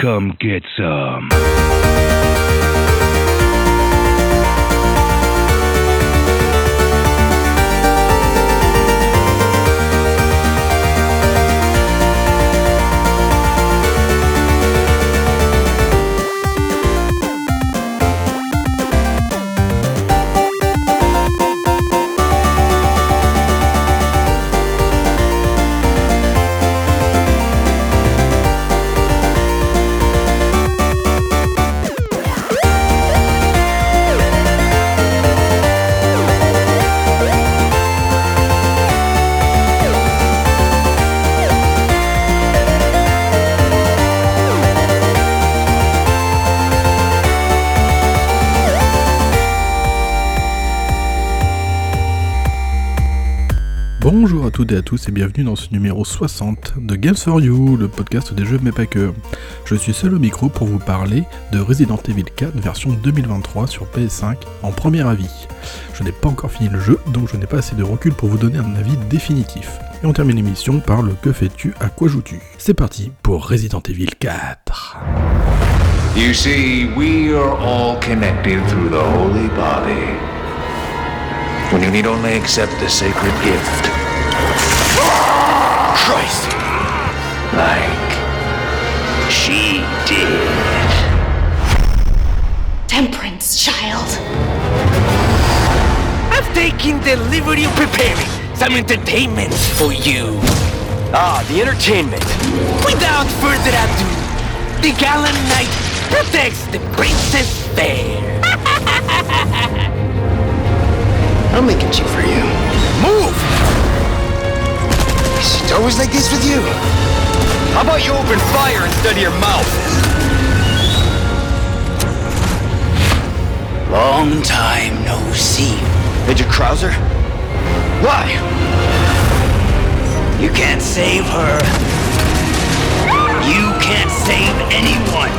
Come get some. Bonjour à toutes et à tous et bienvenue dans ce numéro 60 de Games for You, le podcast des jeux mais pas que. Je suis seul au micro pour vous parler de Resident Evil 4 version 2023 sur PS5 en premier avis. Je n'ai pas encore fini le jeu, donc je n'ai pas assez de recul pour vous donner un avis définitif. Et on termine l'émission par le que fais-tu, à quoi joues-tu. C'est parti pour Resident Evil 4. You see, we are all connected through the holy body. When you need only accept the sacred gift. Christ! Like she did. Temperance, child. I've taken the liberty of preparing some entertainment for you. Ah, the entertainment. Without further ado, the gallant knight protects the princess fair. I'll make a cheat for you. Move! Is it always like this with you? How about you open fire instead of your mouth? Long time no see. Major Krauser? Why? You can't save her. You can't save anyone.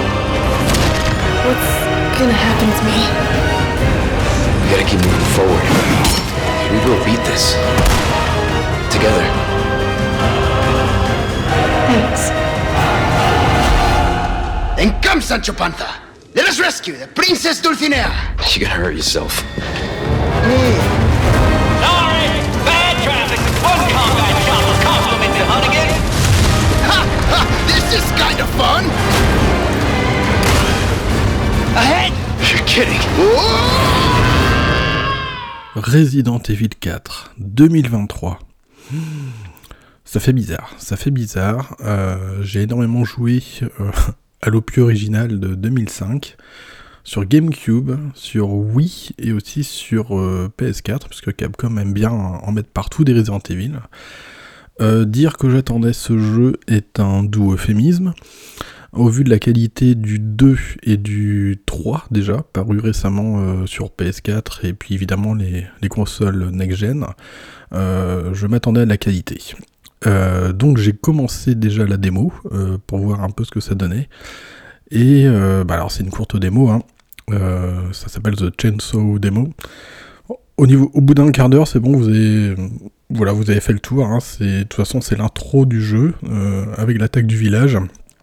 What's gonna happen to me? We gotta keep moving forward. We will beat this. Together. Thanks. Then come, Sancho Panza. Let us rescue the Princess Dulcinea. You're gonna hurt yourself. Sorry, bad traffic. One combat shop will compliment the Hunnigan. Ha! Ha! This is kind of fun. Ahead! You're kidding. Resident Evil 4 2023. Ça fait bizarre. J'ai énormément joué à l'opus original de 2005 sur GameCube, sur Wii et aussi sur PS4, parce que Capcom aime bien en mettre partout des Resident Evil. Dire que j'attendais ce jeu est un doux euphémisme. Au vu de la qualité du 2 et du 3 déjà, paru récemment sur PS4 et puis évidemment les consoles next-gen, je m'attendais à la qualité. Donc j'ai commencé déjà la démo pour voir un peu ce que ça donnait. Et alors c'est une courte démo, hein. Ça s'appelle The Chainsaw Demo. Au bout d'un quart d'heure, c'est bon, vous avez fait le tour. Hein. De toute façon, c'est l'intro du jeu avec l'attaque du village.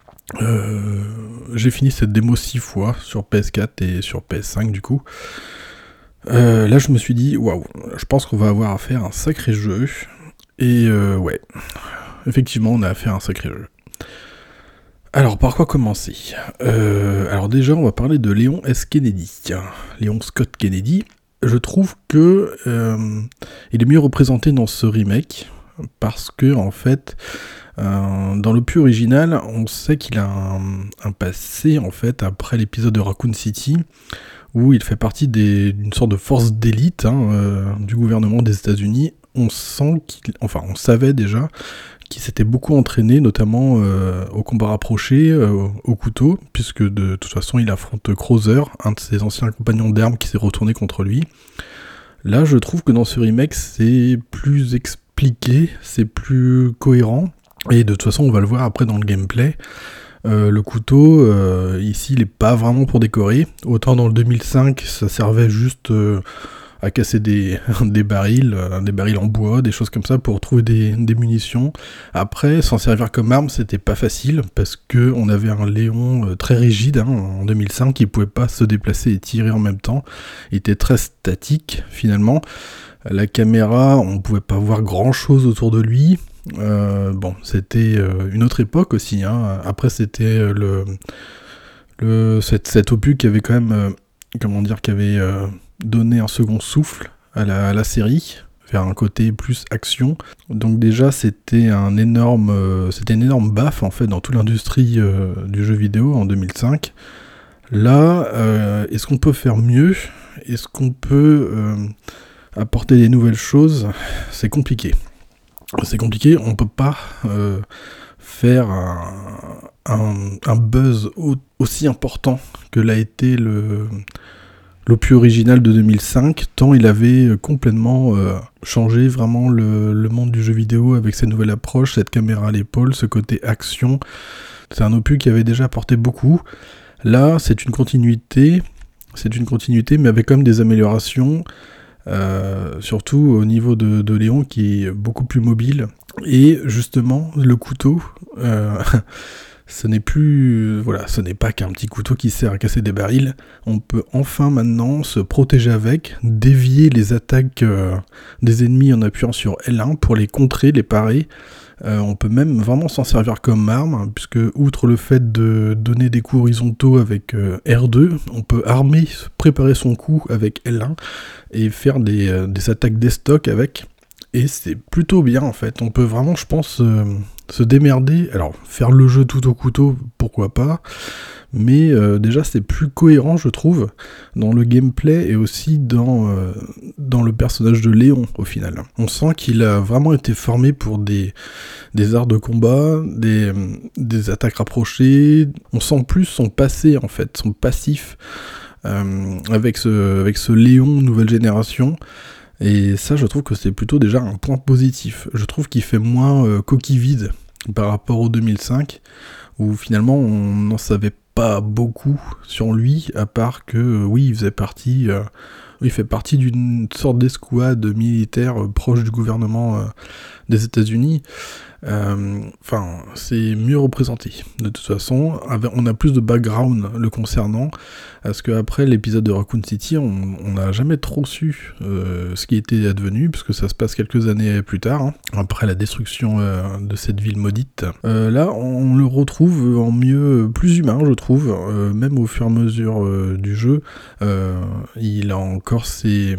J'ai fini cette démo 6 fois sur PS4 et sur PS5 du coup. Là je me suis dit waouh, je pense qu'on va avoir affaire à un sacré jeu. Et ouais, effectivement on a affaire à un sacré jeu. Alors par quoi commencer ? Alors déjà on va parler de Léon S. Kennedy. Léon Scott Kennedy. Je trouve que il est mieux représenté dans ce remake parce que en fait dans l'opus original, on sait qu'il a un passé, en fait, après l'épisode de Raccoon City, où il fait partie d'une sorte de force d'élite du gouvernement des États-Unis. On savait déjà qu'il s'était beaucoup entraîné, notamment au combat rapproché, au couteau, puisque de toute façon, il affronte Krauser, un de ses anciens compagnons d'armes qui s'est retourné contre lui. Là, je trouve que dans ce remake, c'est plus expliqué, c'est plus cohérent. Et de toute façon, on va le voir après dans le gameplay. Le couteau, ici, il est pas vraiment pour décorer. Autant dans le 2005, ça servait juste à casser des barils en bois, des choses comme ça pour trouver des munitions. Après, s'en servir comme arme, c'était pas facile parce que on avait un Léon très rigide en 2005, qui pouvait pas se déplacer et tirer en même temps. Il était très statique finalement. La caméra, on pouvait pas voir grand chose autour de lui. C'était une autre époque aussi. Après, c'était cet opus qui avait quand même, qui avait donné un second souffle à la série, vers un côté plus action. Donc déjà, c'était une énorme baffe en fait dans toute l'industrie du jeu vidéo en 2005. Là, est-ce qu'on peut faire mieux ? Est-ce qu'on peut apporter des nouvelles choses ? C'est compliqué. On peut pas faire un buzz aussi important que l'a été l'opus original de 2005, tant il avait complètement changé vraiment le monde du jeu vidéo avec cette nouvelle approche, cette caméra à l'épaule, ce côté action. C'est un opus qui avait déjà apporté beaucoup. Là, c'est une continuité, mais avec quand même des améliorations, surtout au niveau de Léon, qui est beaucoup plus mobile. Et justement, le couteau, ce n'est pas qu'un petit couteau qui sert à casser des barils. On peut enfin maintenant se protéger avec, dévier les attaques des ennemis en appuyant sur L1 pour les contrer, les parer. On peut même vraiment s'en servir comme arme, puisque outre le fait de donner des coups horizontaux avec R2, on peut préparer son coup avec L1 et faire des attaques destock avec. Et c'est plutôt bien en fait. On peut vraiment, je pense, se démerder. Alors, faire le jeu tout au couteau, pourquoi pas. Mais déjà, c'est plus cohérent, je trouve, dans le gameplay et aussi dans le personnage de Léon, au final. On sent qu'il a vraiment été formé pour des arts de combat, des attaques rapprochées. On sent plus son passé, en fait, son passif, avec ce Léon nouvelle génération. Et ça, je trouve que c'est plutôt déjà un point positif. Je trouve qu'il fait moins coquille vide par rapport au 2005, où finalement on n'en savait pas beaucoup sur lui, à part que oui, il fait partie d'une sorte d'escouade militaire proche du gouvernement des États-Unis. C'est mieux représenté. De toute façon, on a plus de background le concernant, parce qu'après l'épisode de Raccoon City, on n'a jamais trop su ce qui était advenu, puisque ça se passe quelques années plus tard, après la destruction de cette ville maudite. Là, on le retrouve en mieux, plus humain, je trouve, même au fur et à mesure du jeu. Il a encore ses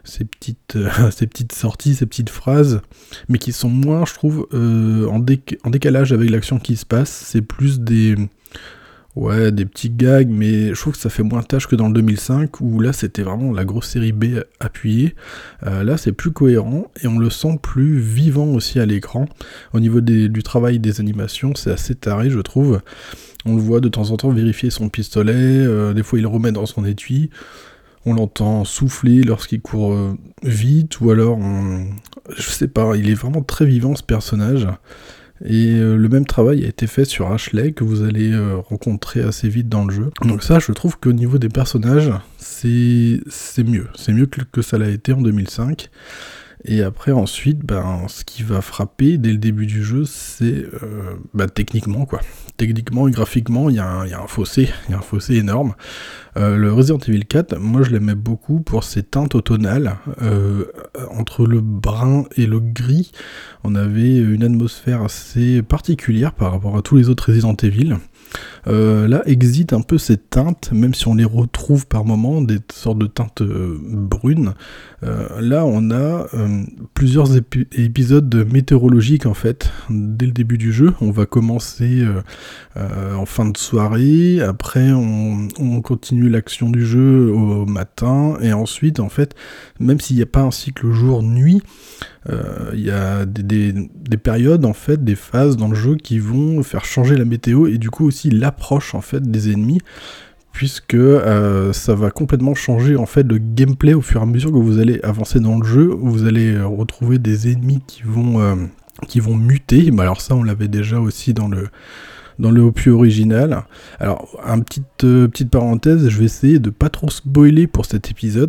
petites sorties, ses petites phrases, mais qui sont moins, je trouve, en décalage avec l'action qui se passe. C'est plus des petits gags, mais je trouve que ça fait moins tâche que dans le 2005, où là c'était vraiment la grosse série B appuyée. Là c'est plus cohérent, et on le sent plus vivant aussi à l'écran. Au niveau du travail des animations, c'est assez taré, je trouve. On le voit de temps en temps vérifier son pistolet, des fois il le remet dans son étui. On l'entend souffler lorsqu'il court vite, ou alors, je sais pas, il est vraiment très vivant ce personnage. Et le même travail a été fait sur Ashley, que vous allez rencontrer assez vite dans le jeu. Donc ça, je trouve qu'au niveau des personnages, c'est mieux. C'est mieux que ça l'a été en 2005. Et après, ensuite, ce qui va frapper dès le début du jeu, c'est techniquement, quoi. Techniquement et graphiquement, il y a un fossé énorme. Le Resident Evil 4, moi je l'aimais beaucoup pour ses teintes automnales. Entre le brun et le gris, on avait une atmosphère assez particulière par rapport à tous les autres Resident Evil. Là existe un peu ces teintes, même si on les retrouve par moments, des sortes de teintes brunes. Là on a plusieurs épisodes météorologiques en fait, dès le début du jeu. On va commencer en fin de soirée, après on continue l'action du jeu au matin, et ensuite en fait, même s'il n'y a pas un cycle jour-nuit, il y a des périodes en fait, des phases dans le jeu qui vont faire changer la météo, et du coup aussi l'approche en fait des ennemis, puisque ça va complètement changer en fait le gameplay au fur et à mesure que vous allez avancer dans le jeu, où vous allez retrouver des ennemis qui vont muter. Alors ça on l'avait déjà aussi dans le opus original. Alors petite parenthèse, je vais essayer de pas trop spoiler pour cet épisode,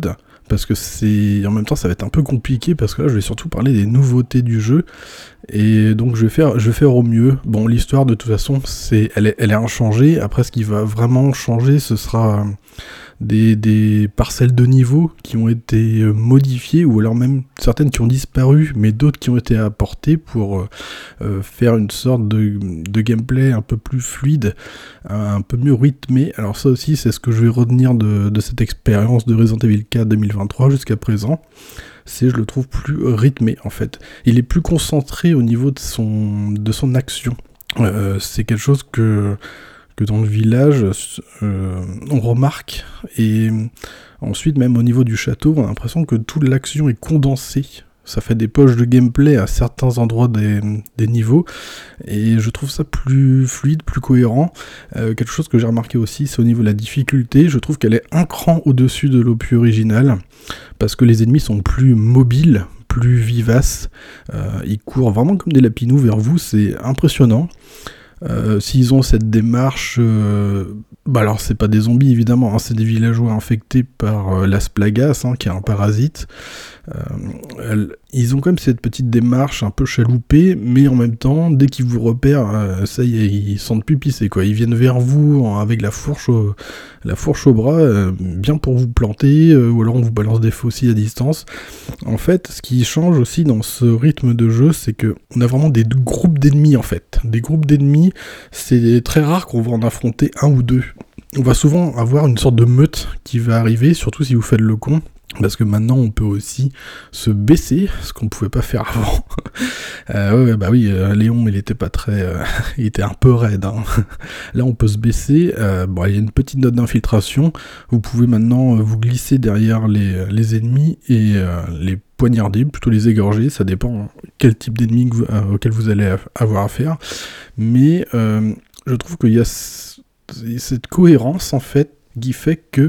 parce que en même temps ça va être un peu compliqué, parce que là je vais surtout parler des nouveautés du jeu, et donc je vais faire au mieux. Bon, l'histoire de toute façon, elle est inchangée. Après, ce qui va vraiment changer, ce sera des parcelles de niveau qui ont été modifiées, ou alors même certaines qui ont disparu, mais d'autres qui ont été apportées pour faire une sorte de gameplay un peu plus fluide, un peu mieux rythmé. Alors ça aussi, c'est ce que je vais retenir de cette expérience de Resident Evil 4 2023 jusqu'à présent. Je le trouve plus rythmé, en fait. Il est plus concentré au niveau de son action. C'est quelque chose que dans le village, on remarque, et ensuite, même au niveau du château, on a l'impression que toute l'action est condensée. Ça fait des poches de gameplay à certains endroits des niveaux, et je trouve ça plus fluide, plus cohérent. Quelque chose que j'ai remarqué aussi, c'est au niveau de la difficulté. Je trouve qu'elle est un cran au-dessus de l'opus original, parce que les ennemis sont plus mobiles, plus vivaces. Ils courent vraiment comme des lapinous vers vous, c'est impressionnant. S'ils ont cette démarche, alors c'est pas des zombies évidemment, hein, c'est des villageois infectés par Las Plagas, qui est un parasite. Ils ont quand même cette petite démarche un peu chaloupée, mais en même temps, dès qu'ils vous repèrent, ça y est, ils sentent plus pisser, quoi. Ils viennent vers vous avec la fourche au bras, bien pour vous planter, ou alors on vous balance des faucilles à distance. En fait, ce qui change aussi dans ce rythme de jeu, c'est que on a vraiment des groupes d'ennemis, en fait. Des groupes d'ennemis, c'est très rare qu'on va en affronter un ou deux. On va souvent avoir une sorte de meute qui va arriver, surtout si vous faites le con. Parce que maintenant on peut aussi se baisser, ce qu'on pouvait pas faire avant. Léon il était pas très, il était un peu raide. Hein. Là on peut se baisser. Il y a une petite note d'infiltration. Vous pouvez maintenant vous glisser derrière les ennemis et les poignarder, plutôt les égorger. Ça dépend quel type d'ennemi auquel vous allez avoir affaire. Mais je trouve qu'il y a cette cohérence en fait qui fait que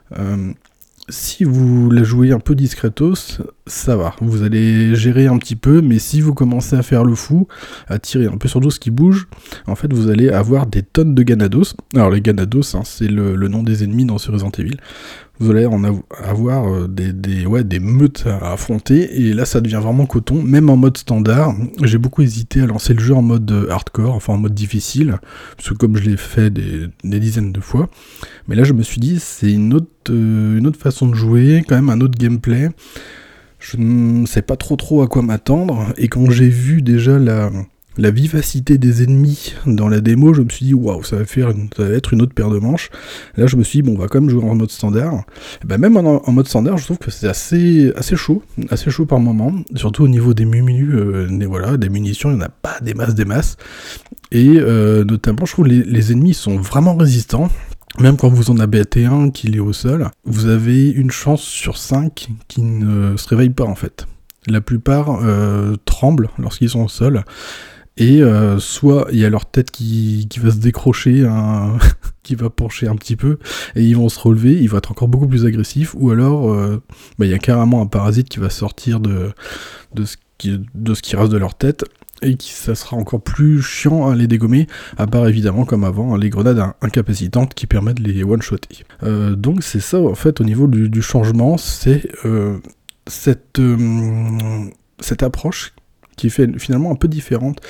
si vous la jouez un peu discretos, ça va, vous allez gérer un petit peu, mais si vous commencez à faire le fou, à tirer un peu sur tout ce qui bouge, en fait vous allez avoir des tonnes de Ganados. Alors les Ganados, c'est le nom des ennemis dans ce Resident Evil. Vous allez en avoir des meutes à affronter, et là ça devient vraiment coton, même en mode standard. J'ai beaucoup hésité à lancer le jeu en mode hardcore, enfin en mode difficile, parce que comme je l'ai fait des dizaines de fois, mais là je me suis dit c'est une autre façon de jouer, quand même un autre gameplay. Je ne sais pas trop à quoi m'attendre, et quand j'ai vu déjà la vivacité des ennemis dans la démo, je me suis dit waouh, ça va être une autre paire de manches. Là je me suis dit on va quand même jouer en mode standard. Et même en mode standard, je trouve que c'est assez chaud par moment, surtout au niveau des des munitions, il n'y en a pas des masses, et notamment je trouve les ennemis sont vraiment résistants. Même quand vous en abattez un qui est au sol, vous avez une chance sur 5 qui ne se réveille pas en fait. La plupart tremblent lorsqu'ils sont au sol. Et soit il y a leur tête qui va se décrocher, qui va pencher un petit peu, et ils vont se relever, ils vont être encore beaucoup plus agressifs, ou alors il y a carrément un parasite qui va sortir de ce qui reste de leur tête, et ça sera encore plus chiant à les dégommer, à part évidemment comme avant les grenades incapacitantes qui permettent de les one-shotter. Donc c'est ça en fait au niveau du changement, c'est cette approche qui est fait finalement un peu différente,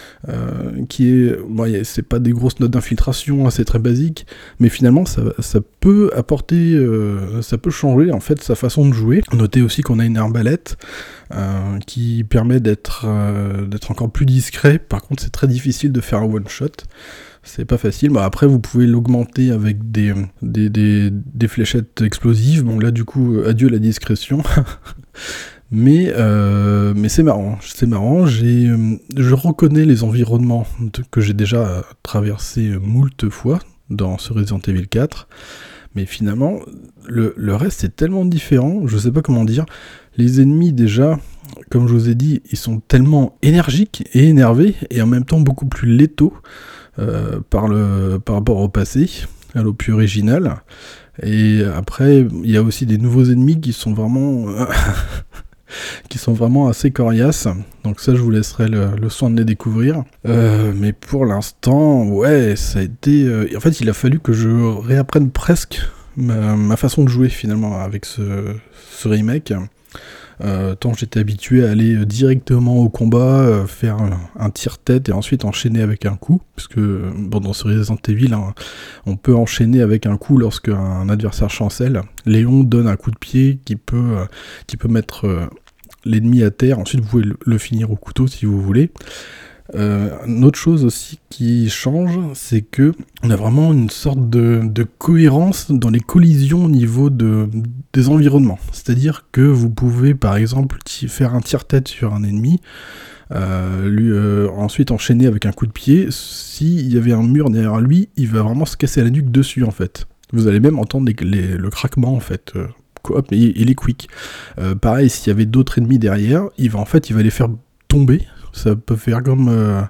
c'est pas des grosses notes d'infiltration, c'est très basique, mais finalement ça peut apporter, ça peut changer en fait sa façon de jouer. Notez aussi qu'on a une arbalète qui permet d'être encore plus discret. Par contre c'est très difficile de faire un one shot, c'est pas facile. Après vous pouvez l'augmenter avec des fléchettes explosives. Bon là du coup adieu la discrétion. Mais c'est marrant, je reconnais les environnements que j'ai déjà traversés moult fois dans ce Resident Evil 4, mais finalement, le reste est tellement différent, je sais pas comment dire. Les ennemis déjà, comme je vous ai dit, ils sont tellement énergiques et énervés, et en même temps beaucoup plus létaux par rapport au passé, à l'opus original. Et après, il y a aussi des nouveaux ennemis qui sont vraiment... qui sont vraiment assez coriaces, donc ça je vous laisserai le soin de les découvrir, mais pour l'instant ça a été en fait il a fallu que je réapprenne presque ma façon de jouer finalement avec ce remake. Tant j'étais habitué à aller directement au combat, faire un tire-tête et ensuite enchaîner avec un coup, parce que dans ce Resident Evil, on peut enchaîner avec un coup lorsque un adversaire chancelle. Léon donne un coup de pied qui peut mettre l'ennemi à terre, ensuite vous pouvez le finir au couteau si vous voulez. Une autre chose aussi qui change, c'est que on a vraiment une sorte de cohérence dans les collisions au niveau des environnements. C'est-à-dire que vous pouvez par exemple faire un tire-tête sur un ennemi, ensuite enchaîner avec un coup de pied. S'il y avait un mur derrière lui, il va vraiment se casser la nuque dessus en fait. Vous allez même entendre le craquement en fait. Coop, mais il est quick. Pareil, s'il y avait d'autres ennemis derrière, il va les faire tomber. Ça peut faire comme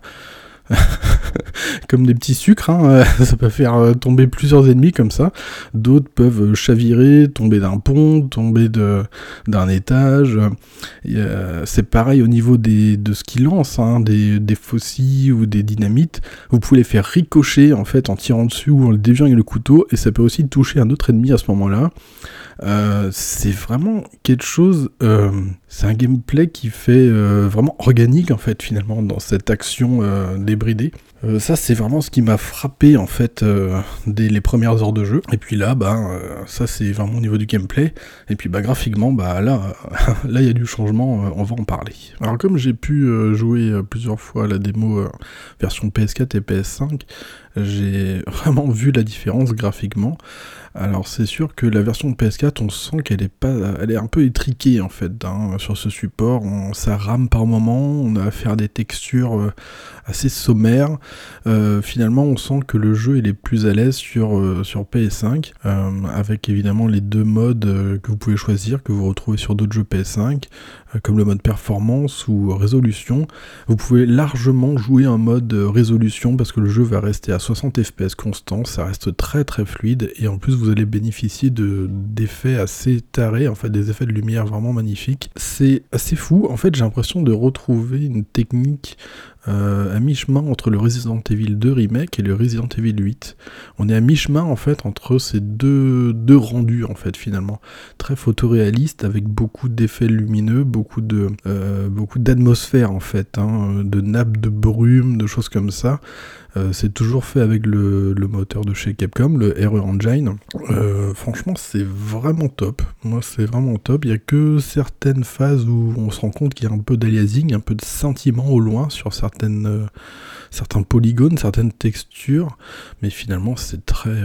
des petits sucres, hein. Ça peut faire tomber plusieurs ennemis comme ça. D'autres peuvent chavirer, tomber d'un pont, tomber d'un étage. C'est pareil au niveau de ce qu'ils lancent, hein, des faucilles ou des dynamites. Vous pouvez les faire ricocher en fait en tirant dessus ou en le déviant avec le couteau, et ça peut aussi toucher un autre ennemi à ce moment-là. C'est vraiment quelque chose, c'est un gameplay qui fait vraiment organique en fait finalement dans cette action débridée. Ça c'est vraiment ce qui m'a frappé en fait dès les premières heures de jeu. Et puis là ça c'est vraiment au niveau du gameplay. Et puis graphiquement là il y a du changement, on va en parler. Alors comme j'ai pu jouer plusieurs fois la démo version PS4 et PS5, j'ai vraiment vu la différence graphiquement. Alors c'est sûr que la version PS4, on sent qu'elle est un peu étriquée en fait sur ce support. Ça rame par moment, on a affaire à des textures assez sommaires. Finalement, on sent que le jeu il est plus à l'aise sur PS5, avec évidemment les deux modes que vous pouvez choisir, que vous retrouvez sur d'autres jeux PS5, comme le mode performance ou résolution. Vous pouvez largement jouer en mode résolution parce que le jeu va rester à 60 fps constant, ça reste très très fluide, et en plus vous allez bénéficier d'effets assez tarés, en fait des effets de lumière vraiment magnifiques. C'est assez fou, en fait j'ai l'impression de retrouver une technique à mi-chemin entre le Resident Evil 2 Remake et le Resident Evil 8. On est à mi-chemin en fait entre ces deux rendus en fait finalement. Très photoréaliste avec beaucoup d'effets lumineux, beaucoup d'atmosphère en fait, de nappes de brume, de choses comme ça. C'est toujours fait avec le moteur de chez Capcom, le RE Engine. Franchement, c'est vraiment top. Moi, c'est vraiment top. Il n'y a que certaines phases où on se rend compte qu'il y a un peu d'aliasing, un peu de scintillement au loin sur certains polygones, certaines textures. Mais finalement, c'est très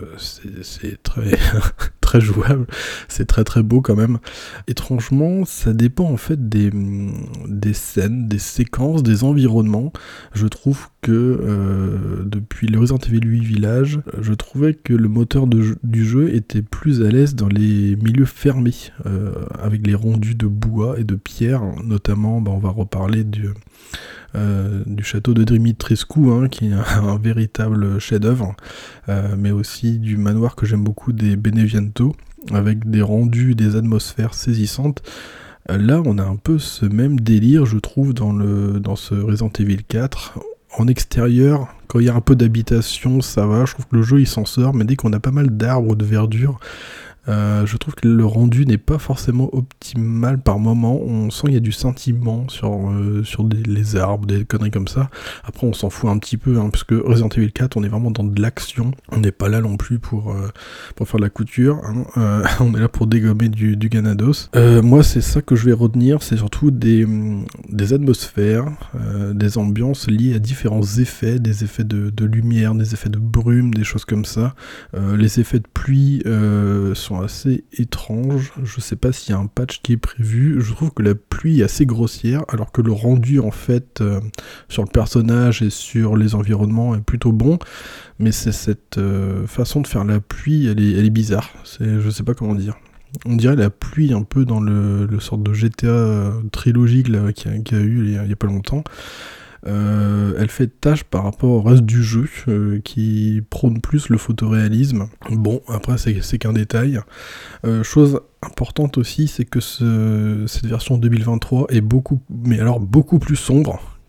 très jouable. C'est très très beau quand même. Étrangement, ça dépend en fait des scènes, des séquences, des environnements. Je trouve que depuis le Resident Evil 8 Village, je trouvais que le moteur du jeu était plus à l'aise dans les milieux fermés, avec les rendus de bois et de pierre, notamment, on va reparler du château de Dimitrescu, qui est un véritable chef-d'œuvre, mais aussi du manoir que j'aime beaucoup des Beneviento, avec des rendus, des atmosphères saisissantes. Là, on a un peu ce même délire, je trouve, dans ce Resident Evil 4. En extérieur, quand il y a un peu d'habitation, ça va, je trouve que le jeu il s'en sort, mais dès qu'on a pas mal d'arbres ou de verdure, je trouve que le rendu n'est pas forcément optimal par moment. On sent qu'il y a du sentiment sur les arbres, des conneries comme ça. Après on s'en fout un petit peu, parce que Resident Evil 4 on est vraiment dans de l'action, on n'est pas là non plus pour faire de la couture, on est là pour dégommer du Ganados. Moi c'est ça que je vais retenir, c'est surtout des atmosphères, des ambiances liées à différents effets, des effets de lumière, des effets de brume, des choses comme ça. Les effets de pluie sont assez étranges, je sais pas s'il y a un patch qui est prévu. Je trouve que la pluie est assez grossière, alors que le rendu en fait sur le personnage et sur les environnements est plutôt bon, mais c'est cette façon de faire la pluie, elle est bizarre, je sais pas comment dire. On dirait la pluie un peu dans le sorte de GTA trilogique là, qu'il y a eu il y a pas longtemps. Elle fait tâche par rapport au reste du jeu qui prône plus le photoréalisme. Bon, après c'est qu'un détail. Chose importante aussi, c'est que cette version 2023 est beaucoup plus sombre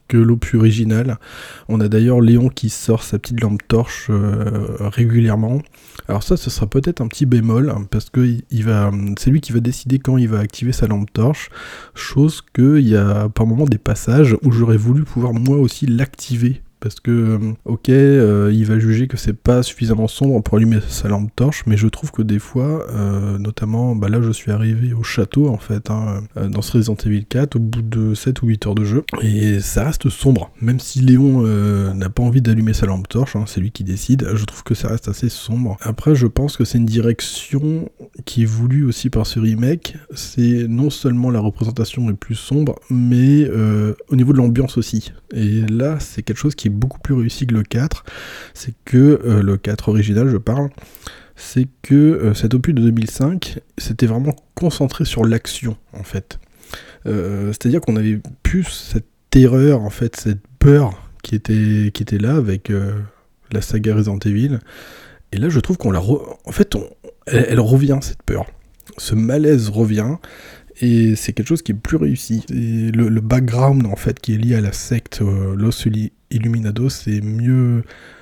que l'opus original. On a d'ailleurs Léon qui sort sa petite lampe torche régulièrement. Alors ça, ce sera peut-être un petit bémol, parce que c'est lui qui va décider quand il va activer sa lampe torche, chose qu'il y a par moments des passages où j'aurais voulu pouvoir moi aussi l'activer. Parce que, il va juger que c'est pas suffisamment sombre pour allumer sa lampe torche, mais je trouve que des fois, notamment, là je suis arrivé au château en fait, dans ce Resident Evil 4, au bout de 7 ou 8 heures de jeu, et ça reste sombre, même si Léon n'a pas envie d'allumer sa lampe torche, c'est lui qui décide, je trouve que ça reste assez sombre. Après, je pense que c'est une direction qui est voulue aussi par ce remake, c'est non seulement la représentation est plus sombre, mais au niveau de l'ambiance aussi, et là c'est quelque chose qui est beaucoup plus réussi que le 4, c'est que le 4 original je parle, c'est que cet opus de 2005 c'était vraiment concentré sur l'action en fait, c'est-à-dire qu'on avait plus cette terreur en fait, cette peur qui était là avec la saga Resident Evil, et là je trouve qu'on elle revient, cette peur, ce malaise revient. Et c'est quelque chose qui est plus réussi. Et le background en fait qui est lié à la secte Los Illuminados, c'est mieux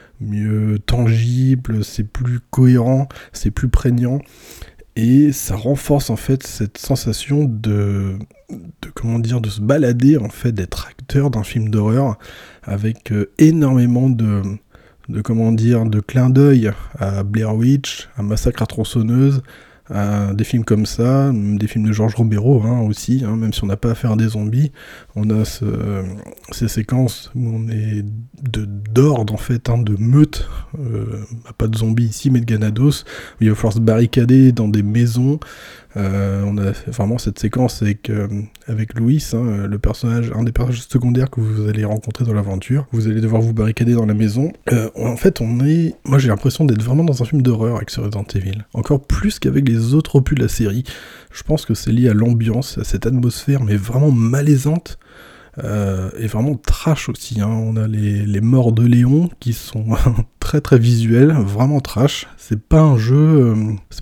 tangible, c'est plus cohérent, c'est plus prégnant. Et ça renforce en fait cette sensation de se balader en fait, d'être acteur d'un film d'horreur avec énormément de clins d'œil à Blair Witch, à Massacre à tronçonneuse, des films comme ça, des films de George Romero aussi, même si on n'a pas affaire à des zombies, on a ces séquences où on est d'ordre en fait, de meute, pas de zombies ici mais de ganados, où il va falloir se barricader dans des maisons. On a vraiment cette séquence avec Louis, le personnage, un des personnages secondaires que vous allez rencontrer dans l'aventure. Vous allez devoir vous barricader dans la maison. En fait, moi j'ai l'impression d'être vraiment dans un film d'horreur avec ce Resident Evil. Encore plus qu'avec les autres opus de la série. Je pense que c'est lié à l'ambiance, à cette atmosphère, mais vraiment malaisante. Et vraiment trash aussi, on a les morts de Léon qui sont très très visuels, vraiment trash. C'est pas un jeu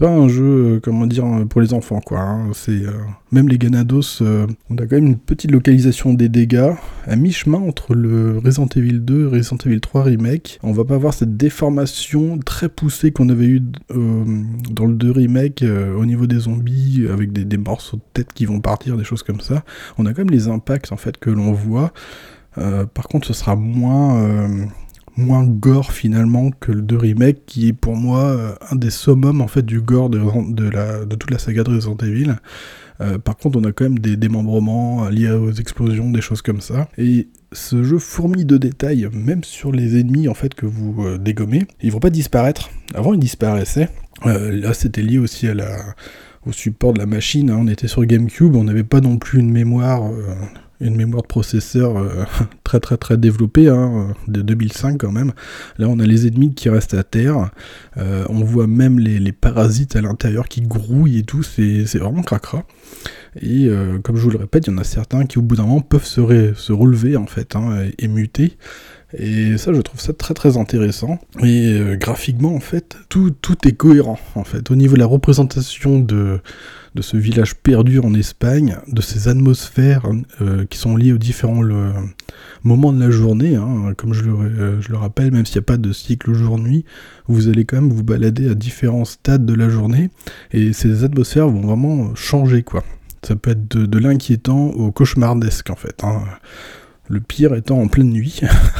pour les enfants quoi, c'est même les Ganados, on a quand même une petite localisation des dégâts à mi-chemin entre le Resident Evil 2 et Resident Evil 3 remake. On va pas avoir cette déformation très poussée qu'on avait eu dans le 2 remake au niveau des zombies, avec des morceaux de tête qui vont partir, des choses comme ça. On a quand même les impacts en fait que l'on voit. Par contre, ce sera moins gore finalement que le 2 remake, qui est pour moi un des summums en fait du gore de toute la saga de Resident Evil. Par contre, on a quand même des démembrements liés aux explosions, des choses comme ça. Et ce jeu fourmille de détails, même sur les ennemis en fait que vous dégommez. Ils vont pas disparaître. Avant, ils disparaissaient. Là, c'était lié aussi au support de la machine. On était sur GameCube, on n'avait pas non plus une mémoire de processeur très très très développée, de 2005 quand même. Là on a les ennemis qui restent à terre, on voit même les parasites à l'intérieur qui grouillent et tout, c'est vraiment cracra. Et comme je vous le répète, il y en a certains qui au bout d'un moment peuvent se relever en fait, et muter. Et ça, je trouve ça très très intéressant. Et graphiquement, en fait, tout est cohérent. En fait, au niveau de la représentation de ce village perdu en Espagne, de ces atmosphères qui sont liées aux différents moments de la journée, comme je le rappelle, même s'il n'y a pas de cycle jour-nuit, vous allez quand même vous balader à différents stades de la journée, et ces atmosphères vont vraiment changer, quoi. Ça peut être de l'inquiétant au cauchemardesque, en fait. Le pire étant en pleine nuit.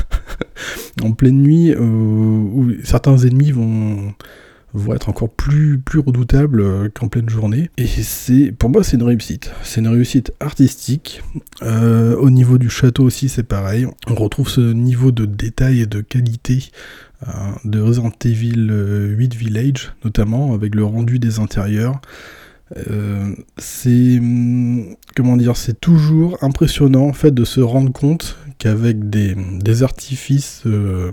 En pleine nuit, où certains ennemis vont être encore plus redoutables qu'en pleine journée. Et pour moi, c'est une réussite. C'est une réussite artistique. Au niveau du château aussi, c'est pareil. On retrouve ce niveau de détail et de qualité de Resident Evil 8 Village, notamment, avec le rendu des intérieurs. C'est toujours impressionnant en fait de se rendre compte qu'avec des artifices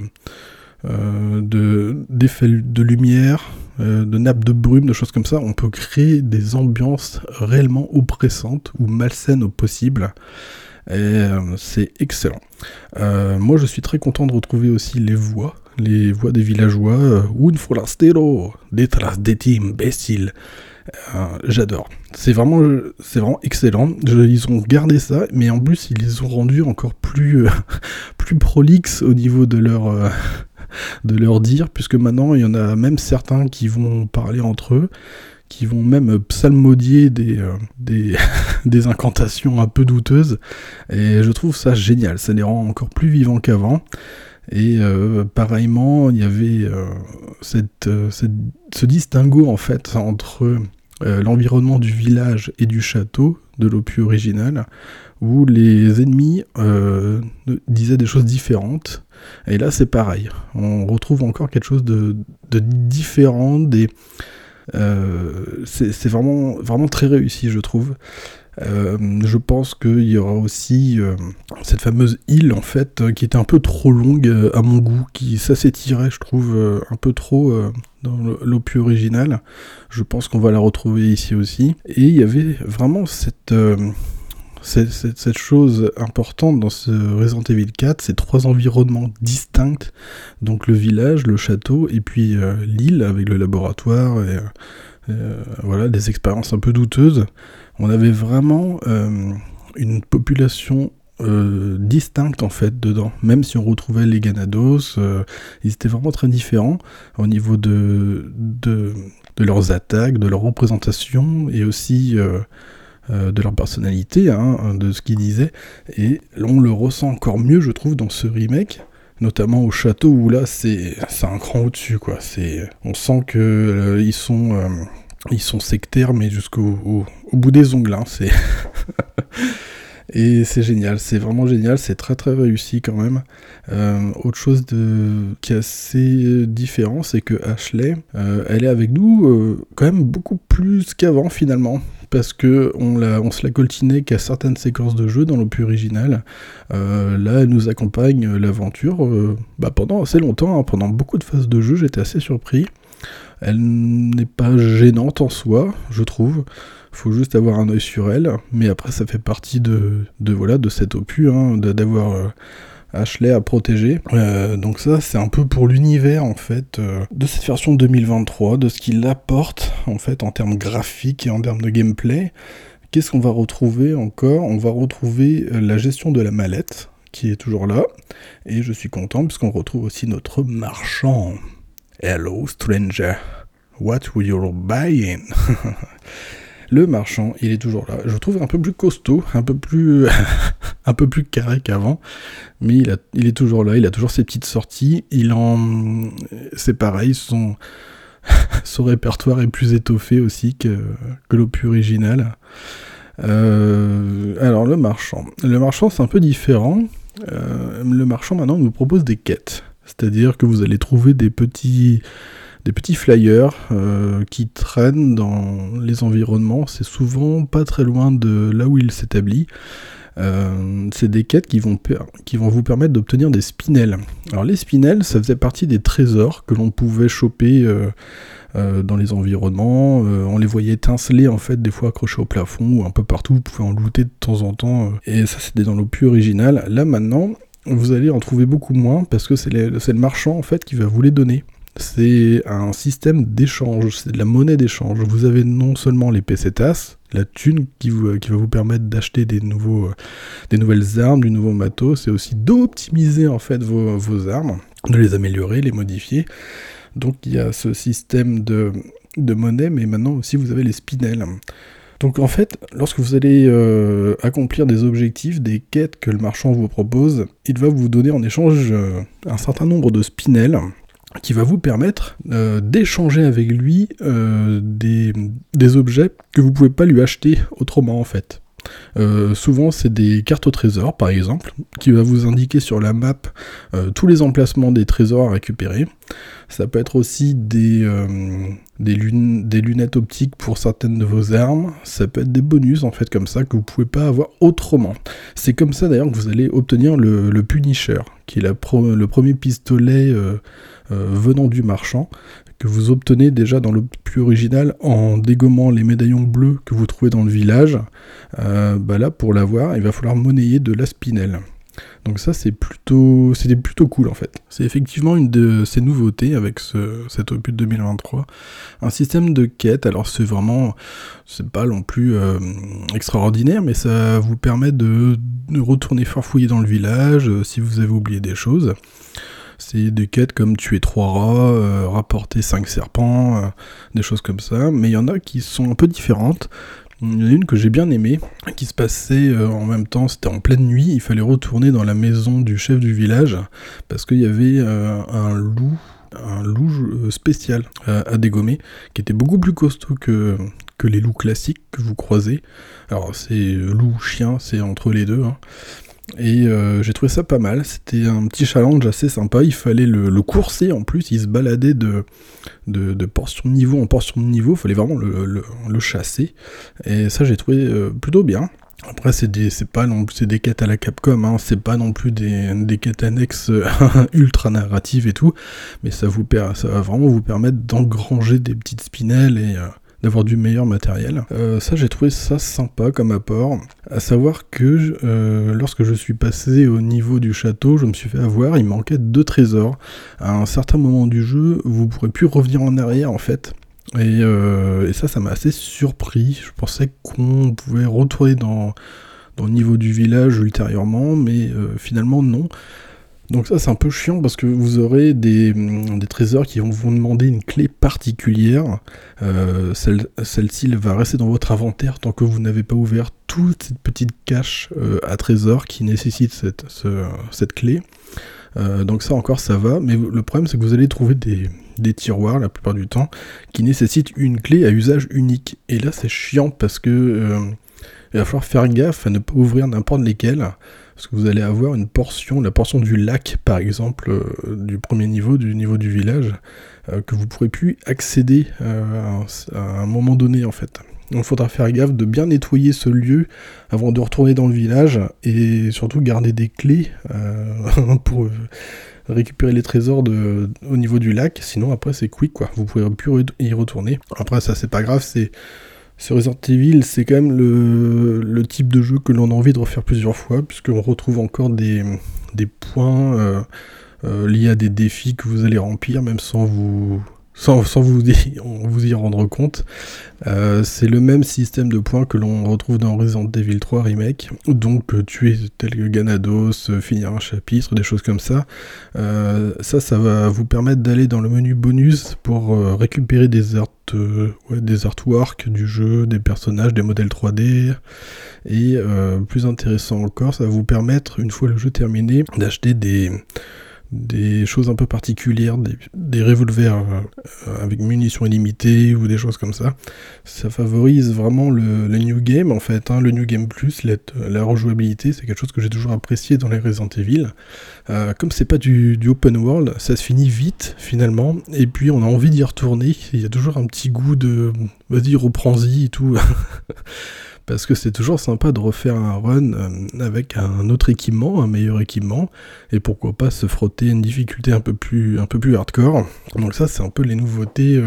d'effets de lumière, de nappes de brume, de choses comme ça, on peut créer des ambiances réellement oppressantes ou malsaines au possible. Et c'est excellent. Moi je suis très content de retrouver aussi les voix des villageois. Un forastero detrás de ti, imbécile. J'adore. C'est vraiment excellent. Ils ont gardé ça, mais en plus ils les ont rendus encore plus prolixes au niveau de leur dire, puisque maintenant il y en a même certains qui vont parler entre eux, qui vont même psalmodier des incantations un peu douteuses, et je trouve ça génial, ça les rend encore plus vivants qu'avant. Et pareillement, il y avait ce distinguo en fait entre l'environnement du village et du château de l'opus original, où les ennemis disaient des choses différentes. Et là, c'est pareil. On retrouve encore quelque chose de différent. C'est vraiment, vraiment très réussi, je trouve. Je pense qu'il y aura aussi cette fameuse île, en fait, qui était un peu trop longue à mon goût, ça s'étirait, je trouve, un peu trop dans l'opus original. Je pense qu'on va la retrouver ici aussi. Et il y avait vraiment cette chose importante dans ce Resident Evil 4, ces 3 environnements distincts, donc le village, le château, et puis l'île avec le laboratoire, et voilà, des expériences un peu douteuses. On avait vraiment une population distincte en fait dedans, même si on retrouvait les Ganados, ils étaient vraiment très différents au niveau de leurs attaques, de leur représentation, et aussi de leur personnalité, de ce qu'ils disaient, et on le ressent encore mieux, je trouve, dans ce remake, notamment au château, où là c'est un cran au-dessus, quoi. On sent que ils sont sectaires, mais jusqu'au bout des ongles, c'est... Et c'est génial, c'est vraiment génial, c'est très très réussi quand même. Autre chose qui est assez différent, c'est que Ashley, elle est avec nous quand même beaucoup plus qu'avant finalement, parce que on se la coltinait qu'à certaines séquences de jeu dans l'opus original. Là, elle nous accompagne l'aventure pendant assez longtemps, pendant beaucoup de phases de jeu, j'étais assez surpris. Elle n'est pas gênante en soi, je trouve. Faut juste avoir un œil sur elle, mais après ça fait partie de cet opus, d'avoir Ashley à protéger. Donc ça, c'est un peu pour l'univers en fait de cette version 2023, de ce qu'il apporte en fait en termes graphiques et en termes de gameplay. Qu'est-ce qu'on va retrouver encore ? On va retrouver la gestion de la mallette, qui est toujours là, et je suis content puisqu'on retrouve aussi notre marchand. Hello stranger, what will you buying? Le marchand, il est toujours là. Je le trouve un peu plus costaud, un peu plus carré qu'avant, mais il est toujours là. Il a toujours ses petites sorties. C'est pareil, son répertoire est plus étoffé aussi que l'opus original. Alors le marchand, c'est un peu différent. Le marchand maintenant nous propose des quêtes, c'est-à-dire que vous allez trouver des petits flyers qui traînent dans les environnements. C'est souvent pas très loin de là où il s'établit. C'est des quêtes qui vont vous permettre d'obtenir des spinels. Alors les spinels, ça faisait partie des trésors que l'on pouvait choper dans les environnements. On les voyait étinceler en fait, des fois accrochés au plafond ou un peu partout. Vous pouvez en looter de temps en temps. Et ça, c'était dans l'opus original. Là maintenant, vous allez en trouver beaucoup moins parce que c'est le marchand en fait qui va vous les donner. C'est un système d'échange, c'est de la monnaie d'échange. Vous avez non seulement les pesetas, la thune qui va vous permettre d'acheter des nouvelles armes, du nouveau matos, c'est aussi d'optimiser en fait vos armes, de les améliorer, les modifier. Donc il y a ce système de monnaie, mais maintenant aussi vous avez les spinels. Donc en fait, lorsque vous allez accomplir des objectifs, des quêtes que le marchand vous propose, il va vous donner en échange un certain nombre de spinels, qui va vous permettre d'échanger avec lui des objets que vous pouvez pas lui acheter autrement en fait. Souvent c'est des cartes au trésor par exemple, qui va vous indiquer sur la map tous les emplacements des trésors à récupérer. Ça peut être aussi des lunettes optiques pour certaines de vos armes, ça peut être des bonus en fait comme ça que vous pouvez pas avoir autrement. C'est comme ça d'ailleurs que vous allez obtenir le Punisher, qui est le premier pistolet venant du marchand, que vous obtenez déjà dans l'opus original en dégommant les médaillons bleus que vous trouvez dans le village. Là, pour l'avoir, il va falloir monnayer de la spinel. Donc ça c'était plutôt cool en fait. C'est effectivement une de ces nouveautés avec cet opus 2023. Un système de quête, alors c'est pas non plus extraordinaire, mais ça vous permet de retourner farfouiller dans le village si vous avez oublié des choses. C'est des quêtes comme tuer 3 rats, rapporter 5 serpents, des choses comme ça, mais il y en a qui sont un peu différentes. Il y en a une que j'ai bien aimée, qui se passait en même temps, c'était en pleine nuit, il fallait retourner dans la maison du chef du village, parce qu'il y avait un loup spécial à dégommer, qui était beaucoup plus costaud que les loups classiques que vous croisez. Alors c'est loup-chien, c'est entre les deux, hein. Et j'ai trouvé ça pas mal, c'était un petit challenge assez sympa, il fallait le courser en plus, il se baladait de portion de niveau en portion de niveau, il fallait vraiment le chasser, et ça j'ai trouvé plutôt bien. Après c'est des quêtes à la Capcom, hein, c'est pas non plus des quêtes annexes ultra narratives et tout, mais ça va vraiment vous permettre d'engranger des petites spinels et d'avoir du meilleur matériel. Ça j'ai trouvé ça sympa comme apport, à savoir que lorsque je suis passé au niveau du château, je me suis fait avoir, il manquait 2 trésors. À un certain moment du jeu, vous pourrez plus revenir en arrière en fait. Et ça m'a assez surpris. Je pensais qu'on pouvait retourner dans le niveau du village ultérieurement, mais finalement non. Donc ça c'est un peu chiant parce que vous aurez des trésors qui vont vous demander une clé particulière. Celle-ci va rester dans votre inventaire tant que vous n'avez pas ouvert toute cette petite cache à trésors qui nécessite cette clé. Donc ça encore ça va, mais le problème c'est que vous allez trouver des tiroirs la plupart du temps qui nécessitent une clé à usage unique. Et là c'est chiant parce que il va falloir faire gaffe à ne pas ouvrir n'importe lesquels. Parce que vous allez avoir la portion du lac, par exemple, du premier niveau, du niveau du village, que vous ne pourrez plus accéder à un moment donné, en fait. Donc il faudra faire gaffe de bien nettoyer ce lieu avant de retourner dans le village, et surtout garder des clés pour récupérer les trésors au niveau du lac, sinon après c'est quick, quoi. Vous ne pourrez plus y retourner. Après ça c'est pas grave, sur Resident Evil, c'est quand même le type de jeu que l'on a envie de refaire plusieurs fois, puisqu'on retrouve encore des points liés à des défis que vous allez remplir, même sans vous y rendre compte. C'est le même système de points que l'on retrouve dans Resident Evil 3 Remake, donc tuer tel que Ganados, finir un chapitre, des choses comme ça. Ça va vous permettre d'aller dans le menu bonus pour récupérer des artworks du jeu, des personnages, des modèles 3D, et plus intéressant encore, ça va vous permettre, une fois le jeu terminé, d'acheter des choses un peu particulières, des revolvers avec munitions illimitées ou des choses comme ça. Ça favorise vraiment le New Game en fait, hein, le New Game Plus, la rejouabilité, c'est quelque chose que j'ai toujours apprécié dans les Resident Evil. Comme c'est pas du open world, ça se finit vite finalement, et puis on a envie d'y retourner, il y a toujours un petit goût de vas-y reprends-y et tout. Parce que c'est toujours sympa de refaire un run avec un autre équipement, un meilleur équipement, et pourquoi pas se frotter à une difficulté un peu plus hardcore. Donc ça c'est un peu les nouveautés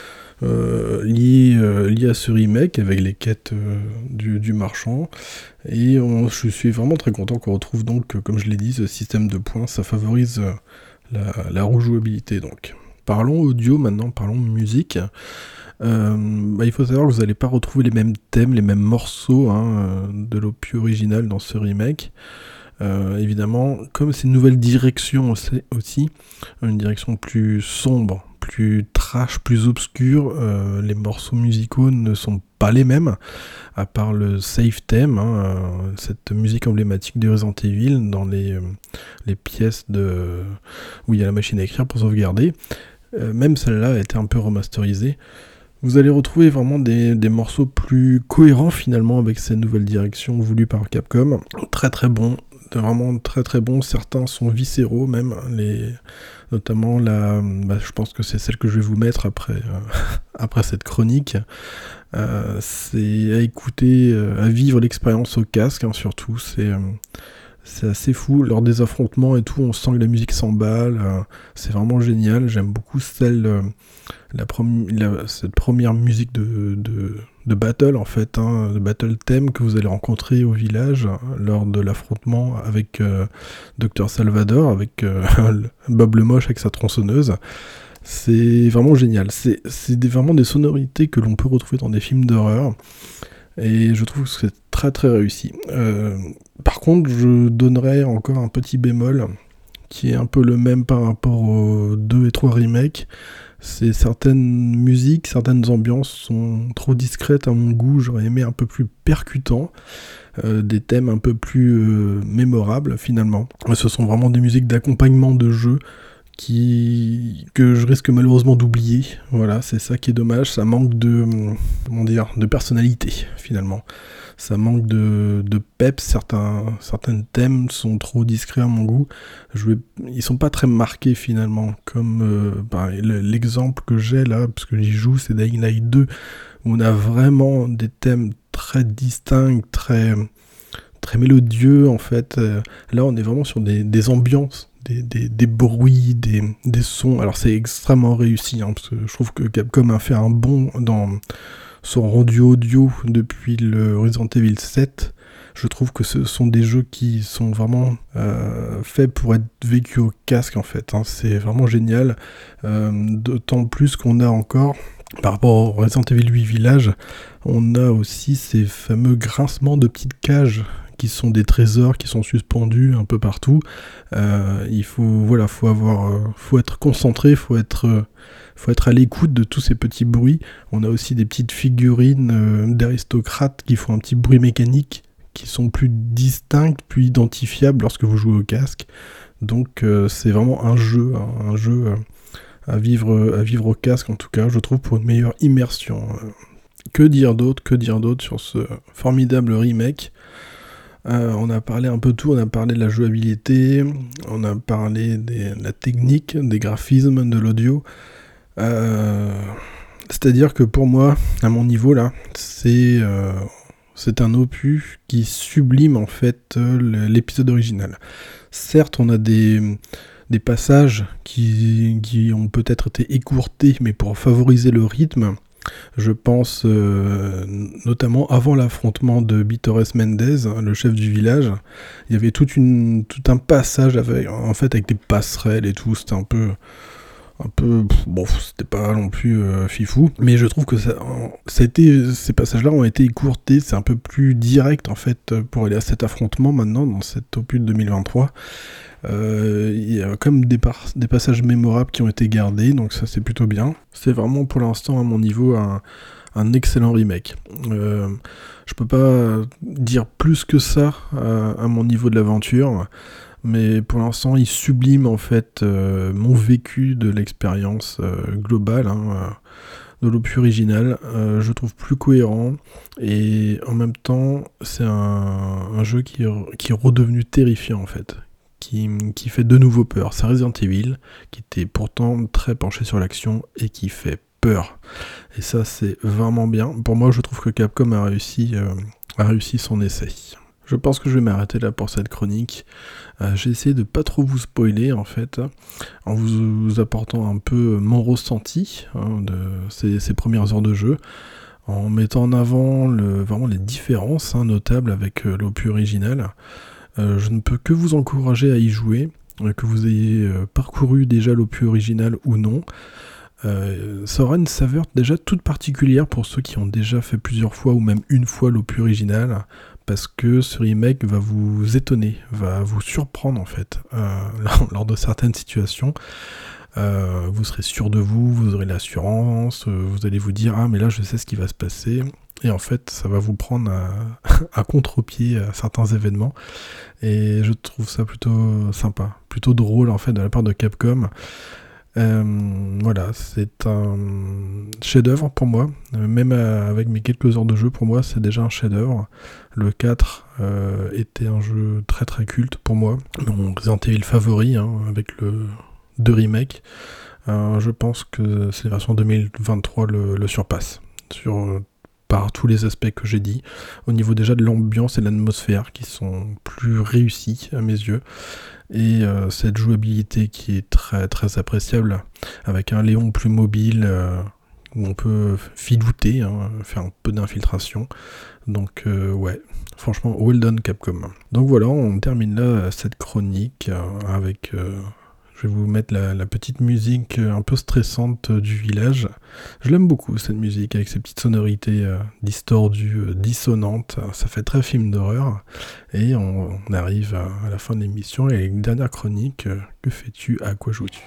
liées à ce remake avec les quêtes du marchand, et je suis vraiment très content qu'on retrouve donc, comme je l'ai dit, ce système de points, ça favorise la rejouabilité donc. Parlons audio maintenant, parlons musique. Il faut savoir que vous n'allez pas retrouver les mêmes thèmes, les mêmes morceaux de l'opus original dans ce remake. Évidemment, comme c'est une nouvelle direction aussi, une direction plus sombre, plus trash, plus obscure, les morceaux musicaux ne sont pas les mêmes, à part le save theme, cette musique emblématique de Resident Evil dans les pièces où il y a la machine à écrire pour sauvegarder. Même celle-là a été un peu remasterisée. Vous allez retrouver vraiment des morceaux plus cohérents finalement avec cette nouvelle direction voulue par Capcom. Très très bon, vraiment très très bon. Certains sont viscéraux même, notamment je pense que c'est celle que je vais vous mettre après cette chronique. C'est à écouter, à vivre l'expérience au casque, surtout. C'est assez fou, lors des affrontements et tout, on sent que la musique s'emballe, c'est vraiment génial. J'aime beaucoup cette première musique de battle en fait, de battle theme que vous allez rencontrer au village lors de l'affrontement avec Dr Salvador, avec Bob le Moche avec sa tronçonneuse. C'est vraiment génial, c'est vraiment des sonorités que l'on peut retrouver dans des films d'horreur. Et je trouve que c'est très très réussi. Par contre, je donnerais encore un petit bémol, qui est un peu le même par rapport aux 2 et 3 remakes. C'est certaines musiques, certaines ambiances sont trop discrètes à mon goût, j'aurais aimé un peu plus percutant, des thèmes un peu plus mémorables finalement. Ce sont vraiment des musiques d'accompagnement de jeu que je risque malheureusement d'oublier. Voilà, c'est ça qui est dommage, ça manque de personnalité finalement. Ça manque de peps, certains thèmes sont trop discrets à mon goût. Ils sont pas très marqués finalement, comme l'exemple que j'ai là, parce que j'y joue, c'est Dying Light 2, où on a vraiment des thèmes très distincts, très, très mélodieux en fait. Là on est vraiment sur des ambiances, des bruits, des sons. Alors c'est extrêmement réussi, parce que je trouve que Capcom a fait un bond dans son rendu audio depuis le Resident Evil 7. Je trouve que ce sont des jeux qui sont vraiment faits pour être vécus au casque en fait, c'est vraiment génial, d'autant plus qu'on a encore, par rapport au Resident Evil 8 Village, on a aussi ces fameux grincements de petites cages qui sont des trésors qui sont suspendus un peu partout. Il faut être concentré, faut être à l'écoute de tous ces petits bruits. On a aussi des petites figurines d'aristocrates qui font un petit bruit mécanique, qui sont plus distinctes, plus identifiables lorsque vous jouez au casque. Donc c'est vraiment un jeu à vivre au casque en tout cas, je trouve, pour une meilleure immersion. Que dire d'autre sur ce formidable remake ? On a parlé un peu tout, on a parlé de la jouabilité, on a parlé de la technique, des graphismes, de l'audio. C'est-à-dire que pour moi, à mon niveau là, c'est un opus qui sublime en fait l'épisode original. Certes, on a des passages qui ont peut-être été écourtés, mais pour favoriser le rythme. Je pense notamment avant l'affrontement de Bitores Mendez, le chef du village, il y avait tout un passage avec des passerelles et tout, c'était un peu c'était pas non plus fifou, mais je trouve que ces passages-là ont été écourtés, c'est un peu plus direct en fait pour aller à cet affrontement maintenant dans cet opus de 2023. Il y a comme des passages mémorables qui ont été gardés, donc ça c'est plutôt bien. C'est vraiment pour l'instant à mon niveau un excellent remake. Je peux pas dire plus que ça à mon niveau de l'aventure, mais pour l'instant il sublime en fait mon vécu de l'expérience globale de l'opus original. Je trouve plus cohérent, et en même temps c'est un jeu qui est redevenu terrifiant en fait, qui fait de nouveau peur. C'est Resident Evil, qui était pourtant très penché sur l'action et qui fait peur. Et ça, c'est vraiment bien. Pour moi, je trouve que Capcom a réussi son essai. Je pense que je vais m'arrêter là pour cette chronique. J'ai essayé de pas trop vous spoiler, en fait, en vous apportant un peu mon ressenti de ces premières heures de jeu, en mettant en avant vraiment les différences notables avec l'opus original. Je ne peux que vous encourager à y jouer, que vous ayez parcouru déjà l'opus original ou non. Ça aura une saveur déjà toute particulière pour ceux qui ont déjà fait plusieurs fois ou même une fois l'opus original, parce que ce remake va vous étonner, va vous surprendre en fait, lors de certaines situations. Vous serez sûr de vous aurez l'assurance, vous allez vous dire « Ah mais là je sais ce qui va se passer ». Et en fait, ça va vous prendre à contre-pied à certains événements. Et je trouve ça plutôt sympa, plutôt drôle en fait de la part de Capcom. Voilà, c'est un chef-d'œuvre pour moi. Même avec mes quelques heures de jeu, pour moi, c'est déjà un chef-d'œuvre. Le 4 était un jeu très très culte pour moi. Mon Resident Evil favori, avec le 2 remake. Je pense que cette version 2023 le surpasse. Sur par tous les aspects que j'ai dit, au niveau déjà de l'ambiance et de l'atmosphère qui sont plus réussis à mes yeux, et cette jouabilité qui est très très appréciable, avec un Léon plus mobile, où on peut filouter, faire un peu d'infiltration. Donc ouais, franchement, well done Capcom. Donc voilà, on termine là cette chronique avec... je vais vous mettre la petite musique un peu stressante du village. Je l'aime beaucoup cette musique, avec ses petites sonorités distordues, dissonantes. Ça fait très film d'horreur. Et on arrive à la fin de l'émission et une dernière chronique. Que fais-tu? À quoi joues-tu?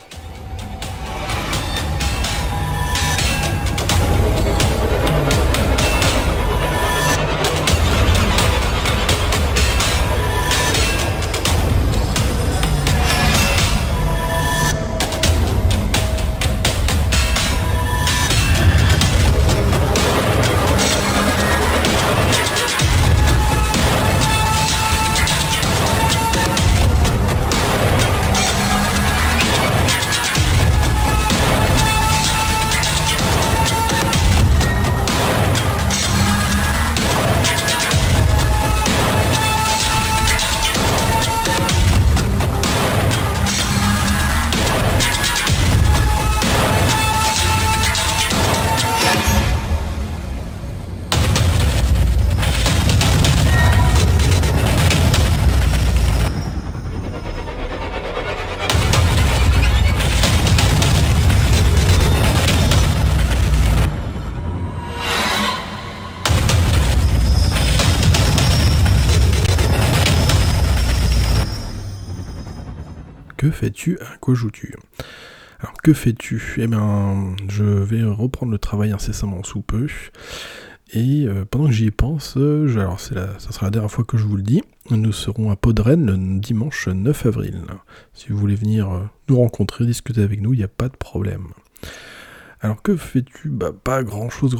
Que fais-tu? À quoi joues-tu? Alors, que fais-tu? Eh bien, je vais reprendre le travail incessamment sous peu. Et pendant que j'y pense, ça sera la dernière fois que je vous le dis, nous serons à Podren le dimanche 9 avril. Si vous voulez venir nous rencontrer, discuter avec nous, il n'y a pas de problème. Alors que fais-tu? Pas grand-chose,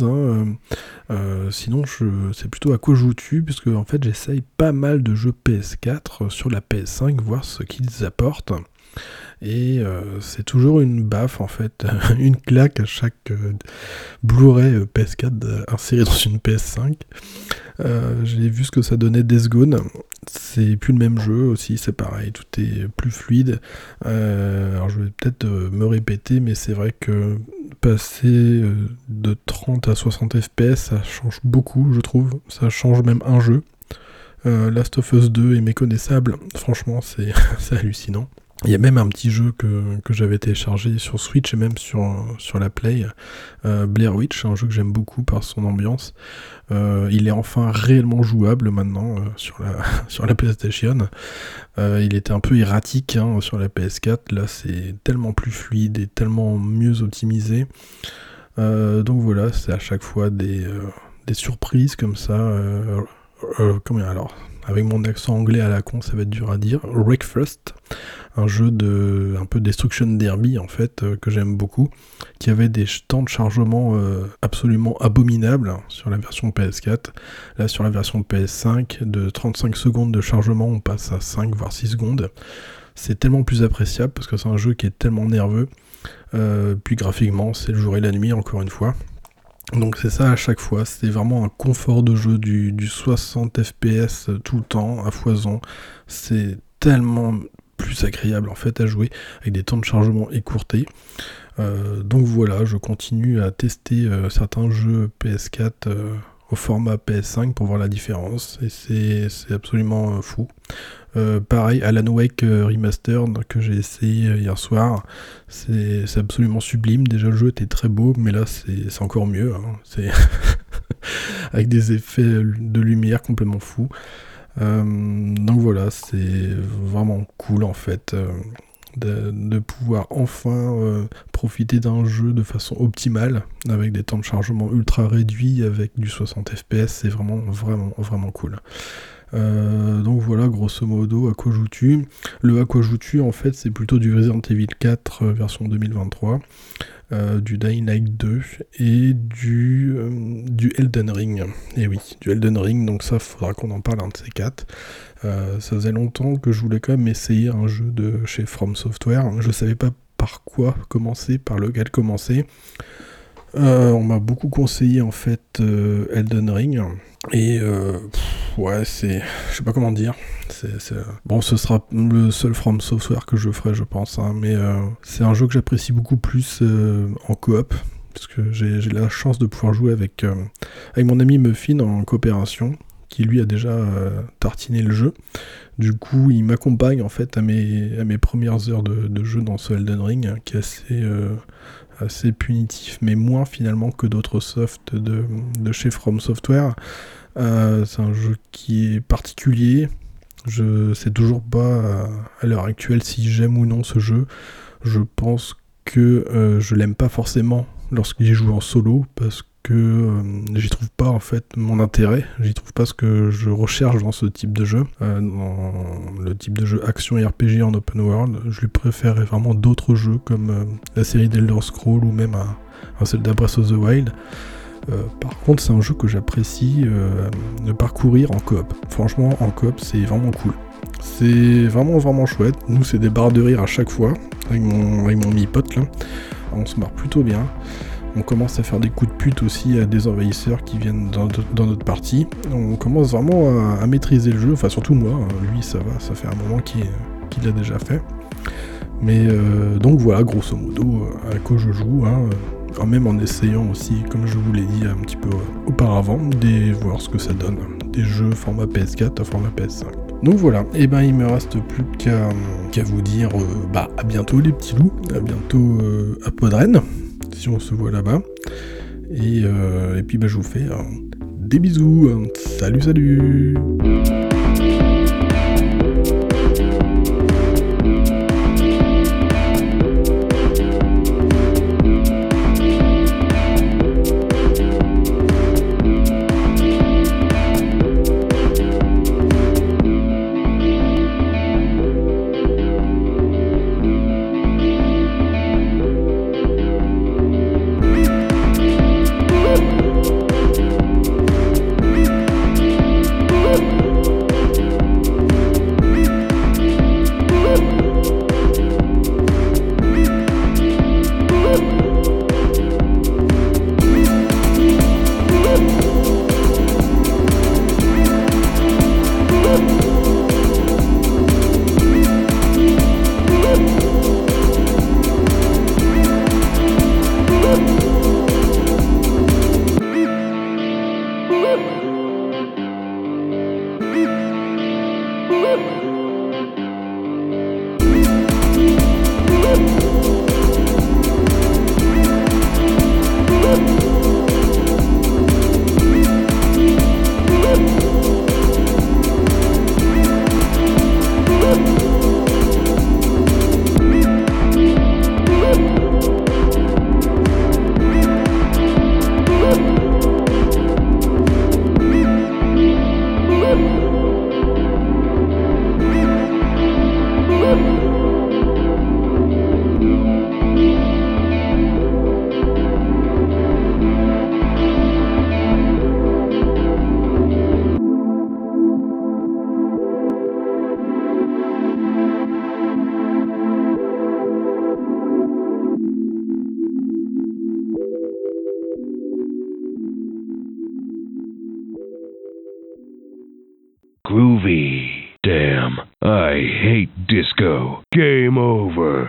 sinon c'est plutôt à quoi joues-tu, puisque en fait j'essaye pas mal de jeux PS4 sur la PS5, voir ce qu'ils apportent. Et c'est toujours une baffe en fait, une claque à chaque Blu-ray PS4 inséré dans une PS5. J'ai vu ce que ça donnait Days Gone, c'est plus le même jeu aussi, c'est pareil, tout est plus fluide. Alors je vais peut-être me répéter, mais c'est vrai que passer de 30 à 60 FPS, ça change beaucoup, je trouve, ça change même un jeu. Last of Us 2 est méconnaissable, franchement c'est hallucinant. Il y a même un petit jeu que j'avais téléchargé sur Switch et même sur la Play, Blair Witch, un jeu que j'aime beaucoup par son ambiance. Il est enfin réellement jouable maintenant sur la PlayStation. Il était un peu erratique sur la PS4, là c'est tellement plus fluide et tellement mieux optimisé. Donc voilà, c'est à chaque fois des surprises comme ça. Avec mon accent anglais à la con, ça va être dur à dire. Wreckfest, un jeu un peu Destruction Derby en fait, que j'aime beaucoup, qui avait des temps de chargement absolument abominables sur la version PS4. Là sur la version PS5, de 35 secondes de chargement, on passe à 5 voire 6 secondes. C'est tellement plus appréciable parce que c'est un jeu qui est tellement nerveux. Puis graphiquement, c'est le jour et la nuit encore une fois. Donc c'est ça à chaque fois, c'est vraiment un confort de jeu, du 60 FPS tout le temps, à foison. C'est tellement plus agréable en fait à jouer, avec des temps de chargement écourtés. Donc voilà, je continue à tester certains jeux PS4 au format PS5 pour voir la différence, et c'est absolument fou. Pareil, Alan Wake Remastered que j'ai essayé hier soir, c'est absolument sublime. Déjà le jeu était très beau, mais là c'est encore mieux, c'est avec des effets de lumière complètement fous. Donc voilà, c'est vraiment cool en fait de pouvoir enfin profiter d'un jeu de façon optimale, avec des temps de chargement ultra réduits, avec du 60 fps, c'est vraiment cool. Donc voilà, grosso modo, à quoi joues-tu? Le à quoi joues-tu, en fait, c'est plutôt du Resident Evil 4 version 2023, du Dying Light 2 et du Elden Ring. Et oui, du Elden Ring, donc ça, faudra qu'on en parle un de ces quatre. Ça faisait longtemps que je voulais quand même essayer un jeu de chez From Software. Je savais pas par lequel commencer. On m'a beaucoup conseillé en fait Elden Ring et ouais c'est, je sais pas comment dire, bon ce sera le seul From Software que je ferai je pense, hein, mais c'est un jeu que j'apprécie beaucoup plus en coop parce que j'ai la chance de pouvoir jouer avec mon ami Muffin en coopération qui lui a déjà tartiné le jeu. Du coup, il m'accompagne en fait à mes premières heures de jeu dans ce Elden Ring, hein, qui est assez punitif, mais moins finalement que d'autres softs de chez From Software. C'est un jeu qui est particulier. Je sais toujours pas à l'heure actuelle si j'aime ou non ce jeu. Je pense que je l'aime pas forcément lorsqu'il joue en solo, parce que j'y trouve pas en fait mon intérêt, j'y trouve pas ce que je recherche dans ce type de jeu, dans le type de jeu action et RPG en open world. Je lui préférerais vraiment d'autres jeux comme la série d'Elder Scrolls ou même un Zelda Breath of the Wild. Par contre, c'est un jeu que j'apprécie de parcourir en coop. Franchement, en coop, c'est vraiment cool. C'est vraiment chouette. Nous, c'est des barres de rire à chaque fois, avec mon mi-pote là. On se marre plutôt bien. On commence à faire des coups de pute aussi à des envahisseurs qui viennent dans notre partie. On commence vraiment à maîtriser le jeu, enfin surtout moi, hein. Lui ça va, ça fait un moment qu'il l'a déjà fait. Mais donc voilà, grosso modo, à quoi je joue, hein, même en essayant aussi, comme je vous l'ai dit un petit peu auparavant, de voir ce que ça donne, des jeux format PS4 à format PS5. Donc voilà, et ben il me reste plus qu'à vous dire à bientôt les petits loups, à bientôt à Podren, si on se voit là-bas. Et puis je vous fais des bisous, salut. Groovy. Damn, I hate disco. Game over.